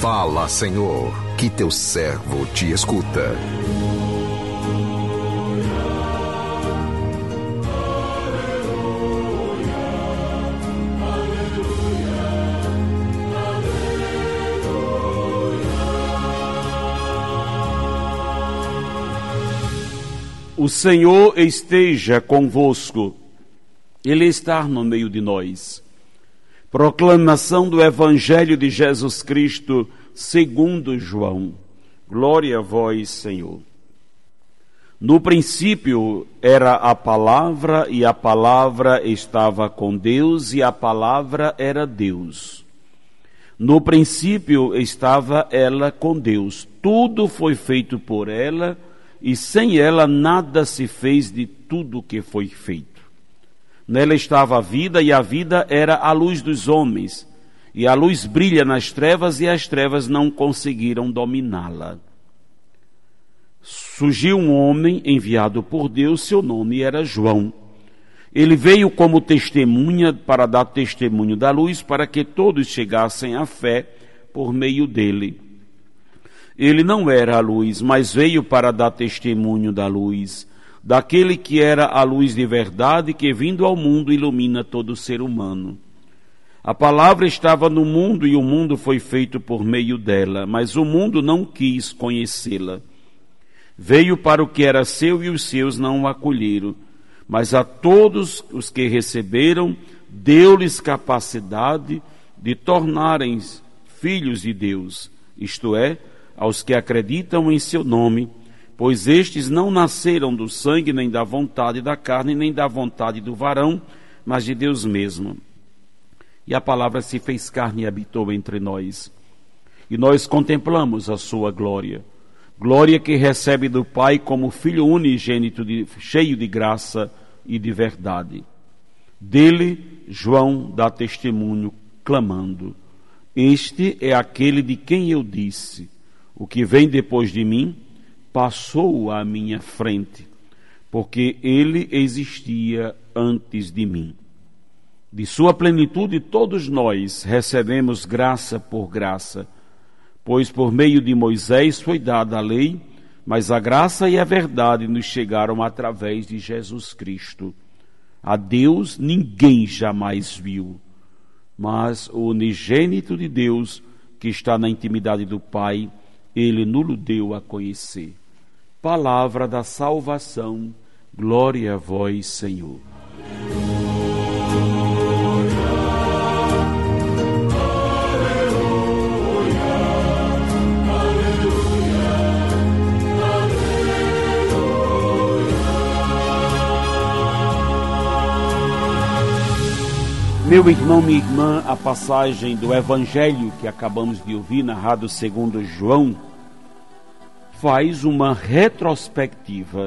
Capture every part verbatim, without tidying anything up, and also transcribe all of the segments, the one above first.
Fala, Senhor, que teu servo te escuta. O Senhor esteja convosco, Ele está no meio de nós. Proclamação do Evangelho de Jesus Cristo segundo João. Glória a vós, Senhor. No princípio era a palavra, e a palavra estava com Deus, e a palavra era Deus. No princípio estava ela com Deus. Tudo foi feito por ela, e sem ela nada se fez de tudo que foi feito. Nela estava a vida, e a vida era a luz dos homens. E a luz brilha nas trevas, e as trevas não conseguiram dominá-la. Surgiu um homem enviado por Deus, seu nome era João. Ele veio como testemunha para dar testemunho da luz, para que todos chegassem à fé por meio dele. Ele não era a luz, mas veio para dar testemunho da luz, daquele que era a luz de verdade, que vindo ao mundo ilumina todo ser humano. A palavra estava no mundo, e o mundo foi feito por meio dela, mas o mundo não quis conhecê-la. Veio para o que era seu, e os seus não o acolheram. Mas a todos os que receberam, deu-lhes capacidade de tornarem filhos de Deus, isto é, aos que acreditam em seu nome, pois estes não nasceram do sangue, nem da vontade da carne, nem da vontade do varão, mas de Deus mesmo. E a palavra se fez carne e habitou entre nós. E nós contemplamos a sua glória, glória que recebe do Pai como Filho unigênito, de, cheio de graça e de verdade. Dele, João dá testemunho, clamando: este é aquele de quem eu disse: o que vem depois de mim passou à minha frente, porque ele existia antes de mim. De sua plenitude todos nós recebemos graça por graça, pois por meio de Moisés foi dada a lei, mas a graça e a verdade nos chegaram através de Jesus Cristo. A Deus ninguém jamais viu, mas o unigênito de Deus, que está na intimidade do Pai, ele nulo deu a conhecer. Palavra da salvação, glória a vós, Senhor. Meu irmão, minha irmã, a passagem do Evangelho que acabamos de ouvir, narrado segundo João, faz uma retrospectiva,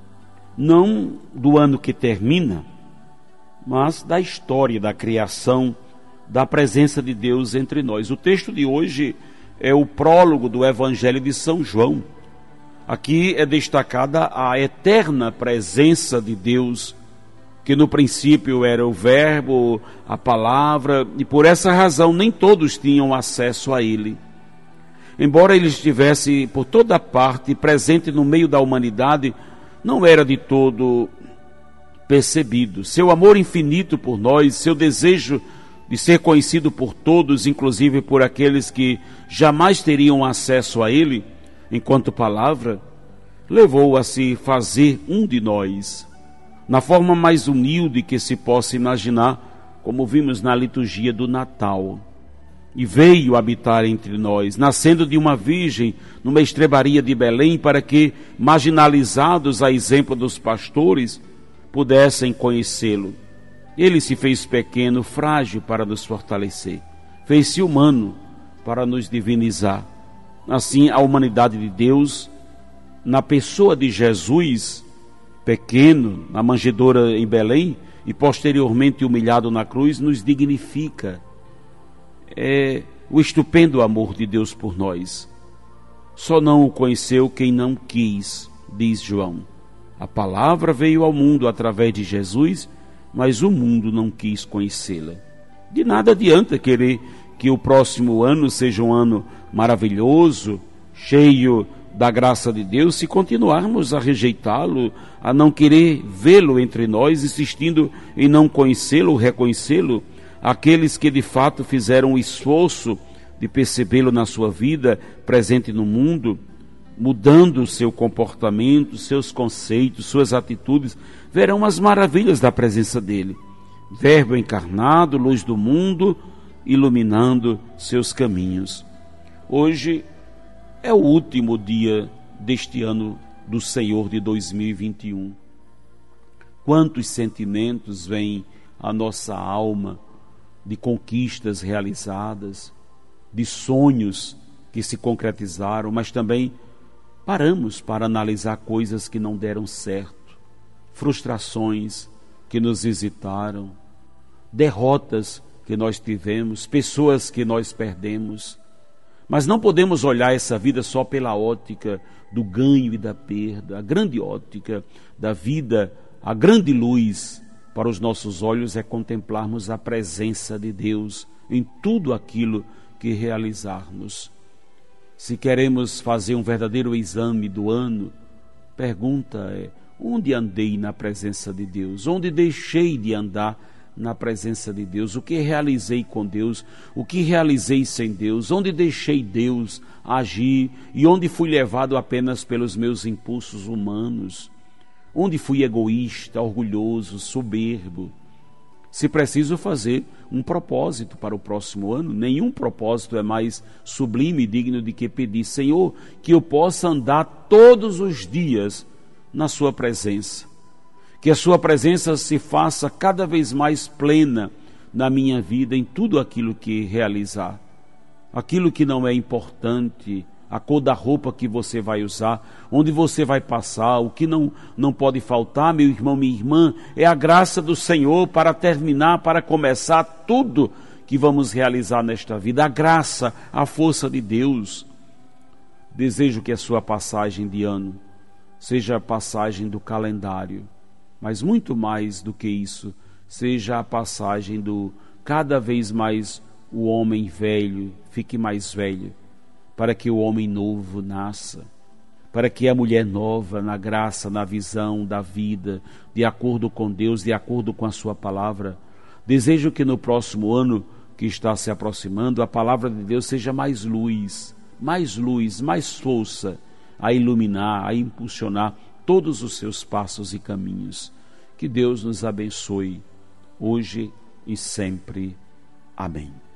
não do ano que termina, mas da história da criação, da presença de Deus entre nós. O texto de hoje é o prólogo do Evangelho de São João. Aqui é destacada a eterna presença de Deus, que no princípio era o verbo, a palavra, e por essa razão nem todos tinham acesso a ele. Embora ele estivesse por toda parte, presente no meio da humanidade, não era de todo percebido. Seu amor infinito por nós, seu desejo de ser conhecido por todos, inclusive por aqueles que jamais teriam acesso a ele, enquanto palavra, levou a se fazer um de nós, na forma mais humilde que se possa imaginar, como vimos na liturgia do Natal. E veio habitar entre nós, nascendo de uma virgem, numa estrebaria de Belém, para que, marginalizados a exemplo dos pastores, pudessem conhecê-lo. Ele se fez pequeno, frágil, para nos fortalecer. Fez-se humano, para nos divinizar. Assim, a humanidade de Deus, na pessoa de Jesus, pequeno, na manjedoura em Belém, e posteriormente humilhado na cruz, nos dignifica. É o estupendo amor de Deus por nós. Só não o conheceu quem não quis, diz João. A palavra veio ao mundo através de Jesus, mas o mundo não quis conhecê-la. De nada adianta querer que o próximo ano seja um ano maravilhoso, cheio da graça de Deus, se continuarmos a rejeitá-lo, a não querer vê-lo entre nós, insistindo em não conhecê-lo, reconhecê-lo, aqueles que de fato fizeram o esforço de percebê-lo na sua vida, presente no mundo, mudando o seu comportamento, seus conceitos, suas atitudes, verão as maravilhas da presença dele. Verbo encarnado, luz do mundo, iluminando seus caminhos. Hoje é o último dia deste ano do Senhor de dois mil e vinte e um. Quantos sentimentos vêm à nossa alma de conquistas realizadas, de sonhos que se concretizaram, mas também paramos para analisar coisas que não deram certo, frustrações que nos visitaram, derrotas que nós tivemos, pessoas que nós perdemos. Mas não podemos olhar essa vida só pela ótica do ganho e da perda. A grande ótica da vida, a grande luz para os nossos olhos é contemplarmos a presença de Deus em tudo aquilo que realizarmos. Se queremos fazer um verdadeiro exame do ano, pergunta é: onde andei na presença de Deus? Onde deixei de andar na presença de Deus? O que realizei com Deus? O que realizei sem Deus? Onde deixei Deus agir e onde fui levado apenas pelos meus impulsos humanos? Onde fui egoísta, orgulhoso, soberbo? Se preciso fazer um propósito para o próximo ano, nenhum propósito é mais sublime e digno de que pedir: Senhor, que eu possa andar todos os dias na sua presença. Que a sua presença se faça cada vez mais plena na minha vida, em tudo aquilo que realizar. Aquilo que não é importante, a cor da roupa que você vai usar, onde você vai passar, o que não, não pode faltar, meu irmão, minha irmã, é a graça do Senhor para terminar, para começar tudo que vamos realizar nesta vida. A graça, a força de Deus. Desejo que a sua passagem de ano seja a passagem do calendário, mas muito mais do que isso, seja a passagem do cada vez mais o homem velho fique mais velho, para que o homem novo nasça, para que a mulher nova, na graça, na visão da vida, de acordo com Deus, de acordo com a sua palavra. Desejo que no próximo ano que está se aproximando, a palavra de Deus seja mais luz, mais luz, mais força a iluminar, a impulsionar todos os seus passos e caminhos. Que Deus nos abençoe, hoje e sempre. Amém.